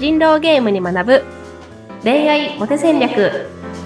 人狼ゲームに学ぶ恋愛モテ戦略。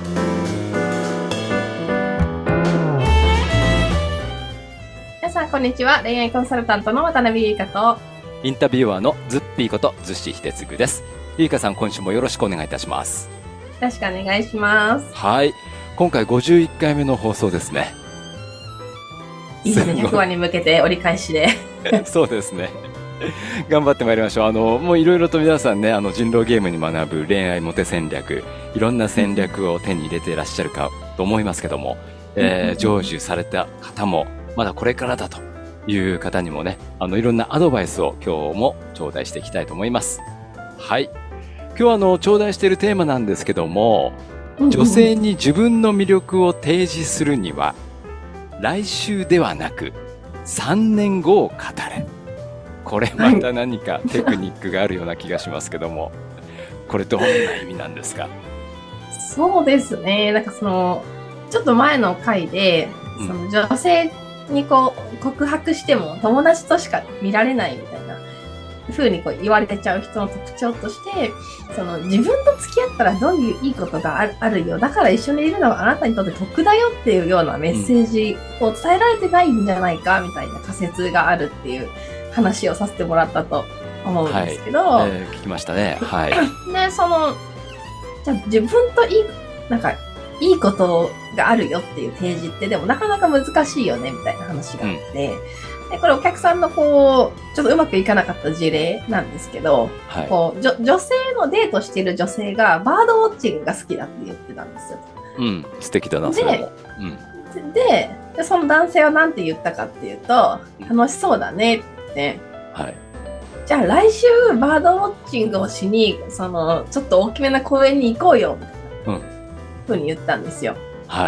皆さんこんにちは。恋愛コンサルタントの渡辺優香とインタビュアーのズッピーことズッシー秀嗣です。優香さん、今週もよろしくお願いいたします。 よろしくお願いします。 はい、今回51回目の放送ですね。 いいですね。100話に向けて折り返しでそうですね、頑張ってまいりましょう。もういろいろと皆さんね、人狼ゲームに学ぶ恋愛モテ戦略、いろんな戦略を手に入れていらっしゃるかと思いますけども、成就された方もまだこれからだという方にもね、いろんなアドバイスを今日も頂戴していきたいと思います。はい、今日頂戴しているテーマなんですけども、女性に自分の魅力を提示するには来週ではなく3年後を語れ。これまた何かテクニックがあるような気がしますけども、これどんな意味なんですか？ そうですね。なんかちょっと前の回で、その女性に告白しても友達としか見られないみたいな風に言われちゃう人の特徴として、自分と付き合ったらどういういいことがあるよ。だから一緒にいるのはあなたにとって得だよっていうようなメッセージを伝えられてないんじゃないかみたいな仮説があるっていう話をさせてもらったと思うんですけど、 聞きましたね。はい。 で、じゃあ自分といいことがあるよっていう提示ってでもなかなか難しいよねみたいな話があって、でこれお客さんのちょっとうまくいかなかった事例なんですけど、はい、女性のデートしている女性がバードウォッチングが好きだって言ってたんですよ。 素敵だな、それも。 で、その男性は何て言ったかっていうと、楽しそうだねって。はい。じゃあ来週バードウォッチングをしに、ちょっと大きめな公園に行こうよみたいなふうに言ったんですよ。はい。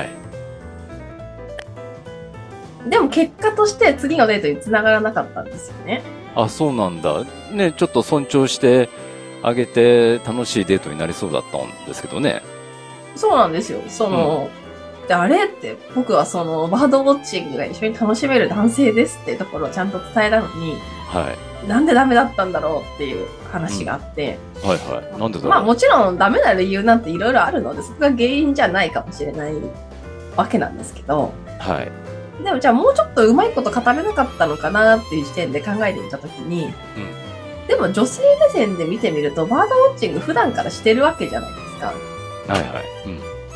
でも結果として次のデートに繋がらなかったんですよね。 あ、そうなんだ。ね、ちょっと尊重してあげて楽しいデートになりそうだったんですけどね。そうなんですよ。であれって僕はバードウォッチングが一緒に楽しめる男性ですっていうところをちゃんと伝えたのに、はい。なんでダメだったんだろうっていう話があって。はいはい。なんでだろう。まあもちろんダメな理由なんていろいろあるので、そこが原因じゃないかもしれないわけなんですけど。はい。でもじゃあもうちょっとうまいこと語れなかったのかなっていう視点で考えてみたときに、でも女性目線で見てみるとバードウォッチング普段からしてるわけじゃないですか。はいはい。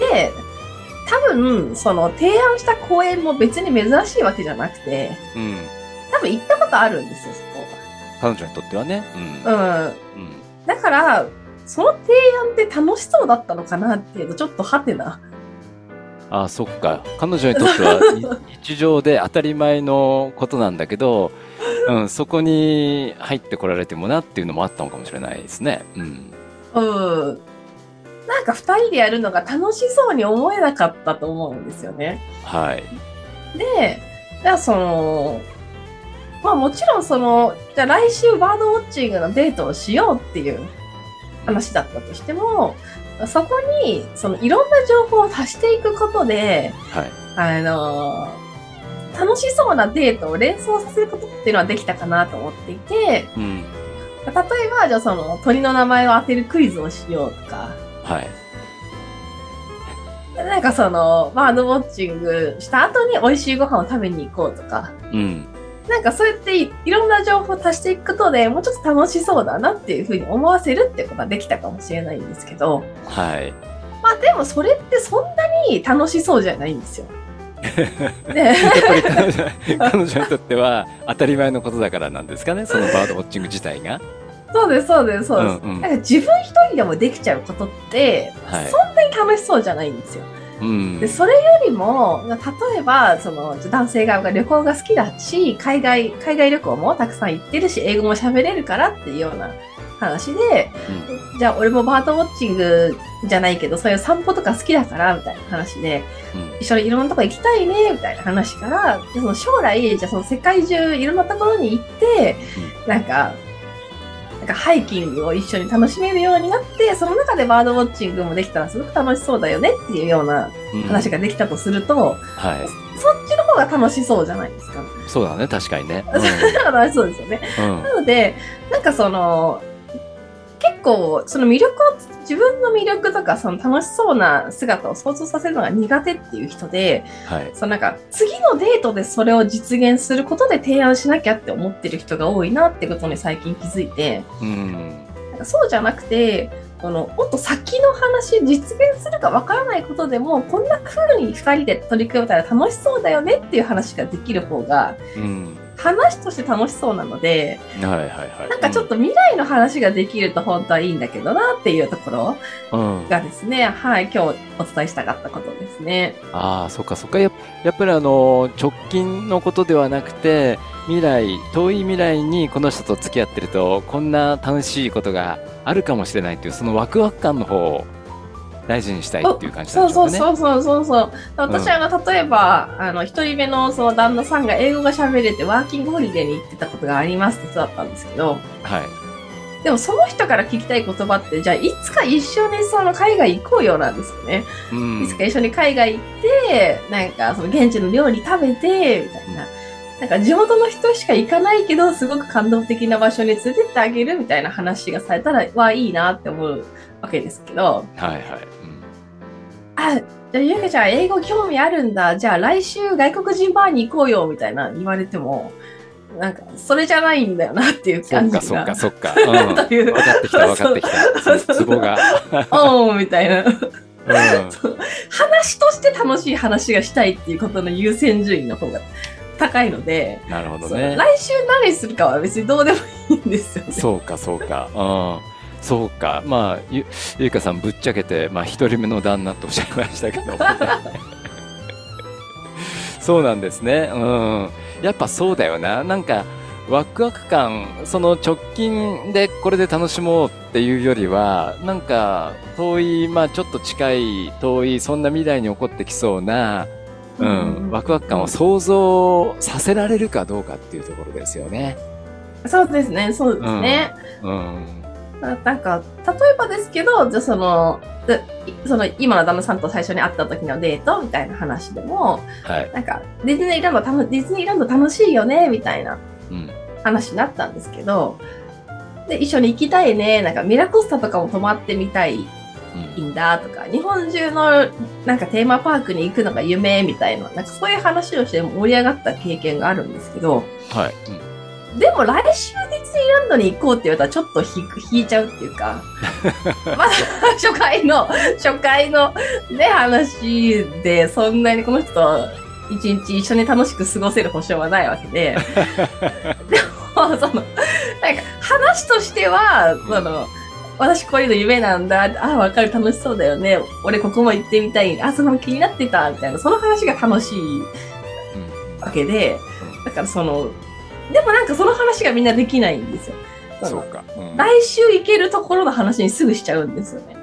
で、多分提案した公演も別に珍しいわけじゃなくて、多分行ったことあるんですよ、そこ。 彼女にとってはね。 だからその提案って楽しそうだったのかなっていうとちょっとハテナ。 ああ、そっか。彼女にとっては日常で当たり前のことなんだけど、そこに入ってこられてもなっていうのもあったのかもしれないですね。なんか二人でやるのが楽しそうに思えなかったと思うんですよね。はい。で、じゃあまあもちろんじゃあ来週バードウォッチングのデートをしようっていう話だったとしても、そこにいろんな情報を足していくことで、はい、楽しそうなデートを連想させることっていうのはできたかなと思っていて、例えばじゃあ鳥の名前を当てるクイズをしようとか、はい、なんかバードウォッチングした後に美味しいご飯を食べに行こうとか、なんかそうやっていろんな情報を足していくことでもうちょっと楽しそうだなっていうふうに思わせるってことができたかもしれないんですけど、はい。まあでもそれってそんなに楽しそうじゃないんですよ。やっぱり彼女にとっては当たり前のことだからなんですかね、そのバードウォッチング自体が。そうです、そうです、そうです。なんか自分一人でもできちゃうことって、そんなに楽しそうじゃないんですよ。でそれよりも例えば男性側が旅行が好きだし海外旅行もたくさん行ってるし英語も喋れるからっていうような話で、じゃあ俺もバードウォッチングじゃないけどそういう散歩とか好きだからみたいな話で、一緒にいろんなとこ行きたいねみたいな話から将来じゃあ世界中いろんなところに行って、なんかハイキングを一緒に楽しめるようになって、その中でバードウォッチングもできたらすごく楽しそうだよねっていうような話ができたとすると、そっちの方が楽しそうじゃないですか。 そうだね、確かにね。 楽しそうですよね。なので、なんか結構その魅力を、自分の魅力とかその楽しそうな姿を想像させるのが苦手っていう人で、 はい。 そのなんか次のデートでそれを実現することで提案しなきゃって思ってる人が多いなってことに最近気づいて、なんかそうじゃなくて、もっと先の話、実現するかわからないことでも、こんな風に2人で取り組めたら楽しそうだよねっていう話ができる方が、話として楽しそうなので、なんかちょっと未来の話ができると本当はいいんだけどなっていうところがですね、はい、今日お伝えしたかったことですね。 ああ、そっかそっか。やっぱり直近のことではなくて、遠い未来にこの人と付き合ってると、こんな楽しいことがあるかもしれないっていう、そのワクワク感の方を大事にしたいっていう感じなんでしょうかね。 そう。私例えば、一人目のその旦那さんが英語が喋れてワーキングホリデーに行ってたことがありますってそうだったんですけど、 はい。 でもその人から聞きたい言葉って、じゃあいつか一緒にその海外行こうよなんですよね。いつか一緒に海外行って、なんかその現地の料理食べて、みたいな。なんか地元の人しか行かないけど、すごく感動的な場所に連れてってあげるみたいな話がされたら、いいなって思うわけですけど。じゃあゆうかちゃん英語興味あるんだ。じゃあ来週外国人バーに行こうよみたいな言われても、なんかそれじゃないんだよなっていう感じが。 そっか。分かってきた。ツボが。 みたいな。話として楽しい話がしたいっていうことの優先順位の方が高いので、 なるほどね。 来週何するかは別にどうでもいいんですよね。 そうか。まあ、ゆいかさんぶっちゃけて、まあ、一人目の旦那とおっしゃいましたけども、ね、そうなんですね。やっぱそうだよな。なんか、ワクワク感、その直近でこれで楽しもうっていうよりは、なんか、遠い、まあちょっと近い、遠い、そんな未来に起こってきそうな、ワクワク感を想像させられるかどうかっていうところですよね。 そうですね。なんか、例えばですけど、じゃあその今の旦那さんと最初に会った時のデートみたいな話でも、なんかディズニーランド楽しいよねみたいな話になったんですけど、で一緒に行きたいね、なんかミラコスタとかも泊まってみたいんだとか、日本中のなんかテーマパークに行くのが夢みたいな、なんかそういう話をして盛り上がった経験があるんですけど、でも来週ディズニーランドに行こうって言われたらちょっと引いちゃうっていうか、まだ初回のね、話でそんなにこの人と一日一緒に楽しく過ごせる保証はないわけで、でもなんか話としては、私こういうの夢なんだ、わかる、楽しそうだよね、俺ここも行ってみたい、その気になってたみたいな、その話が楽しいわけで、だからでもなんかその話がみんなできないんですよ。 そうか。 来週行けるところの話にすぐしちゃうんですよね。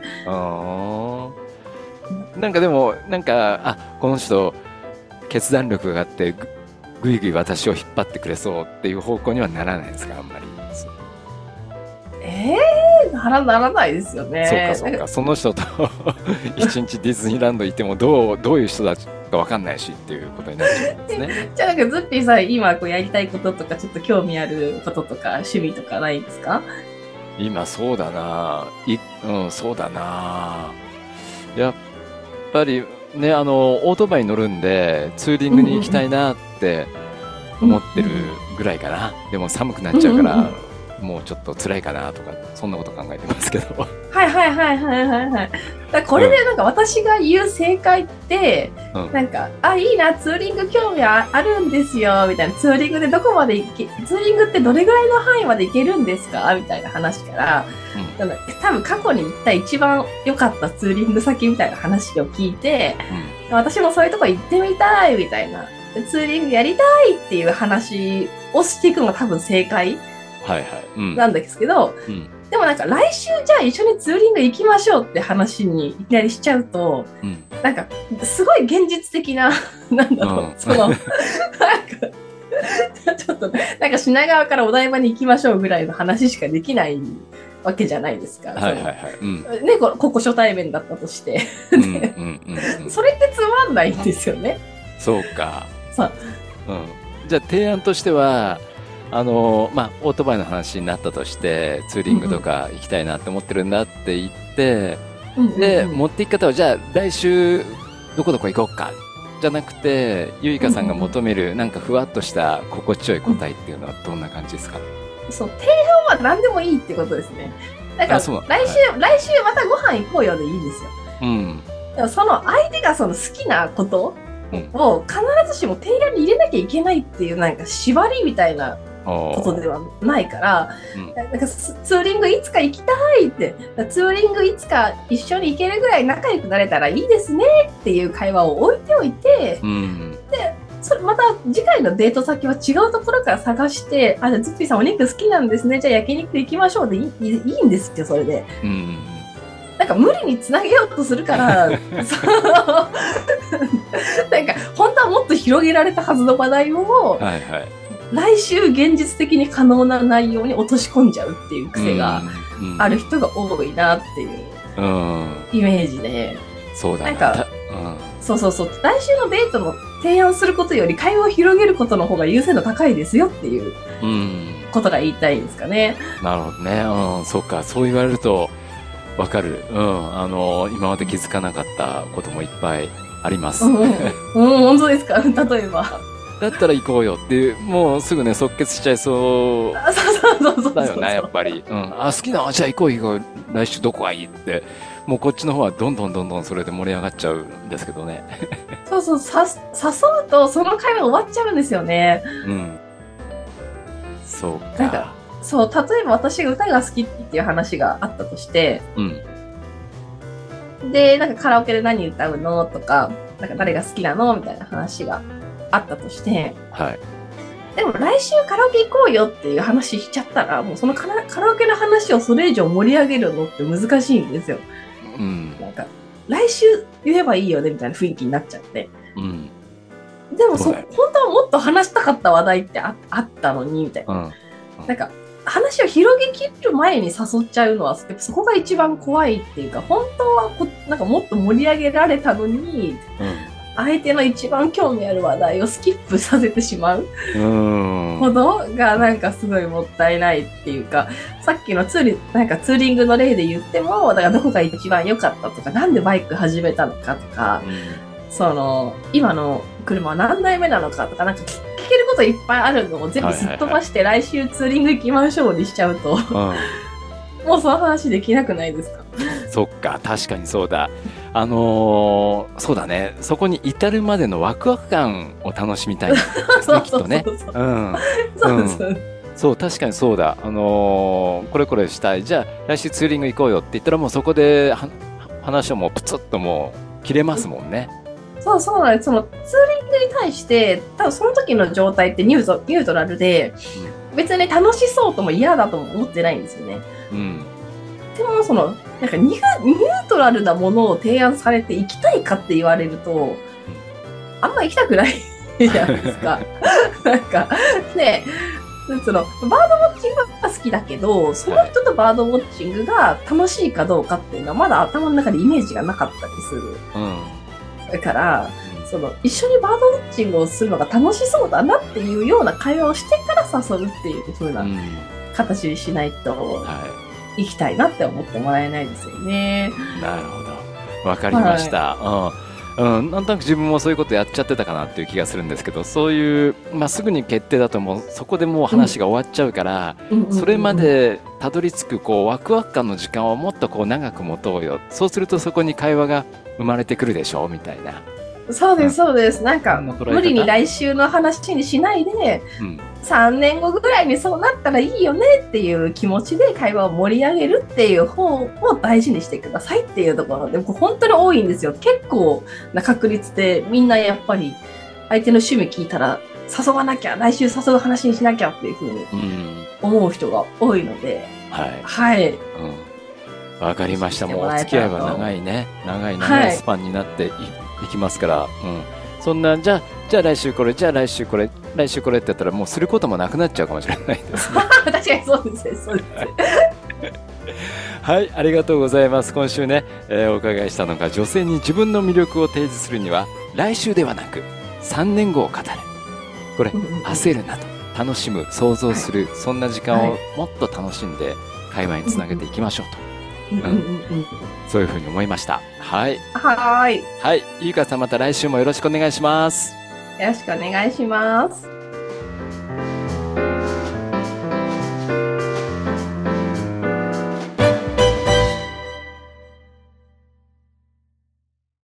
なんかでも、この人、決断力があって、ぐいぐい私を引っ張ってくれそうっていう方向にはならないですか、あんまり。 ならないですよね。 そうか。その人と一日ディズニーランド行ってもどういう人たちかわかんないしっていうことになっちゃうんですね。 じゃあズッピーさん、今やりたいこととか、ちょっと興味あることとか、趣味とかないですか？ 今そうだな。そうだな。やっぱりね、オートバイに乗るんで、ツーリングに行きたいなって思ってるぐらいかな。でも寒くなっちゃうから、もうちょっと辛いかなとか、そんなこと考えてますけど。 だこれでなんか私が言う正解って、なんか、いいな、ツーリング興味あるんですよ、みたいな。ツーリングでツーリングってどれぐらいの範囲まで行けるんですかみたいな話から、多分過去に行った一番良かったツーリング先みたいな話を聞いて、私もそういうとこ行ってみたい、みたいな。ツーリングやりたいっていう話をしていくのが多分正解。なんですけど、でもなんか来週じゃあ一緒にツーリング行きましょうって話にいきなりしちゃうと、なんかすごい現実的な、なんだろう、ちょっとなんか品川からお台場に行きましょうぐらいの話しかできないわけじゃないですか。ね、ここ初対面だったとして。それってつまんないんですよね。 そうか。じゃあ提案としては、 まあ、オートバイの話になったとして、ツーリングとか行きたいなって思ってるんだって言って、で、持っていき方は、じゃあ来週どこどこ行こうか。じゃなくて、ゆいかさんが求めるなんかふわっとした心地よい答えっていうのはどんな感じですか？ そう、提案は何でもいいってことですね。だから、来週またご飯行こうよでいいですよ。うん。でもその相手がその好きなことを必ずしも提案に入れなきゃいけないっていうなんか縛りみたいなことではないから、なんかツーリングいつか行きたいって、ツーリングいつか一緒に行けるぐらい仲良くなれたらいいですねっていう会話を置いておいて、で、それまた次回のデート先は違うところから探して、あ、じゃあズッピーさんお肉好きなんですね、じゃあ焼肉行きましょうでいいんですよ、それで。なんか無理につなげようとするから、なんか本当はもっと広げられたはずの話題を、来週現実的に可能な内容に落とし込んじゃうっていう癖がある人が多いなっていうイメージで。 そうだね。 なんか、そう。来週のデートの提案することより会話を広げることの方が優先度高いですよっていうことが言いたいんですかね。 なるほどね。そうか。そう言われるとわかる。今まで気づかなかったこともいっぱいあります。 本当ですか？例えば。 だったら行こうよっていう、もうすぐね、即決しちゃいそうだよね、やっぱり。好きな、じゃあ行こう、来週どこがいいって、もうこっちの方はどんどんそれで盛り上がっちゃうんですけどね。 誘うとその会話終わっちゃうんですよね。 そうか。 なんか、そう、例えば私が歌が好きっていう話があったとして、で、なんかカラオケで何歌うのとか、なんか誰が好きなのみたいな話があったとして、でも来週カラオケ行こうよっていう話しちゃったら、もうそのカラオケの話をそれ以上盛り上げるのって難しいんですよ。なんか、来週言えばいいよねみたいな雰囲気になっちゃって。でも本当はもっと話したかった話題ってあったのに、みたいな。なんか、話を広げきる前に誘っちゃうのは、そこが一番怖いっていうか、本当はなんかもっと盛り上げられたのに、相手の一番興味ある話題をスキップさせてしまうことがなんかすごいもったいないっていうか、さっきのなんかツーリングの例で言っても、だからどこが一番良かったとか、なんでバイク始めたのかとか、今の車は何台目なのかとか、なんか聞けることいっぱいあるのを全部すっ飛ばして来週ツーリング行きましょうにしちゃうと、もうその話できなくないですか？ そっか、確かにそうだ。そうだね。そこに至るまでのワクワク感を楽しみたいですね、きっとね。そう、確かにそうだ。これこれしたい。じゃあ、来週ツーリング行こうよって言ったら、もうそこで話をもうプツッともう切れますもんね。 そうなんです。そのツーリングに対して、多分その時の状態ってニュートラルで、別に楽しそうとも嫌だとも思ってないんですよね。でもなんかニュートラルなものを提案されて行きたいかって言われると、あんま行きたくないじゃないですか。なんか、ね、バードウォッチングは好きだけど、その人とバードウォッチングが楽しいかどうかっていうのはまだ頭の中でイメージがなかったりする。だから、一緒にバードウォッチングをするのが楽しそうだなっていうような会話をしてから誘うっていう風な形にしないと、行きたいなって思ってもらえないですよね。 なるほど。わかりました。なんとなく自分もそういうことやっちゃってたかなっていう気がするんですけど、そういう、すぐに決定だともうそこでもう話が終わっちゃうから、それまでたどり着くワクワク感の時間をもっと長く持とうよ。そうするとそこに会話が生まれてくるでしょみたいな。 そうです、そうです。なんか、無理に来週の話にしないで、3年後ぐらいにそうなったらいいよねっていう気持ちで会話を盛り上げるっていう方を大事にしてくださいっていうところで、本当に多いんですよ。結構な確率でみんなやっぱり相手の趣味聞いたら誘わなきゃ、来週誘う話にしなきゃっていうふうに思う人が多いので。はい。 わかりました。もうお付き合いは長いスパンになっていきますから、そんなじゃあ来週これ、じゃあ来週これ、来週これってやったらもうすることもなくなっちゃうかもしれないですね。 確かにそうですね、そうです。 はい、ありがとうございます。今週ね、お伺いしたのが、女性に自分の魅力を提示するには来週ではなく3年後を語る。これ焦るなと楽しむ、想像する、そんな時間をもっと楽しんで会話につなげていきましょうと。そういうふうに思いました。はい。 はい。 はい。ゆいかさん、また来週もよろしくお願いします。 よろしくお願いします。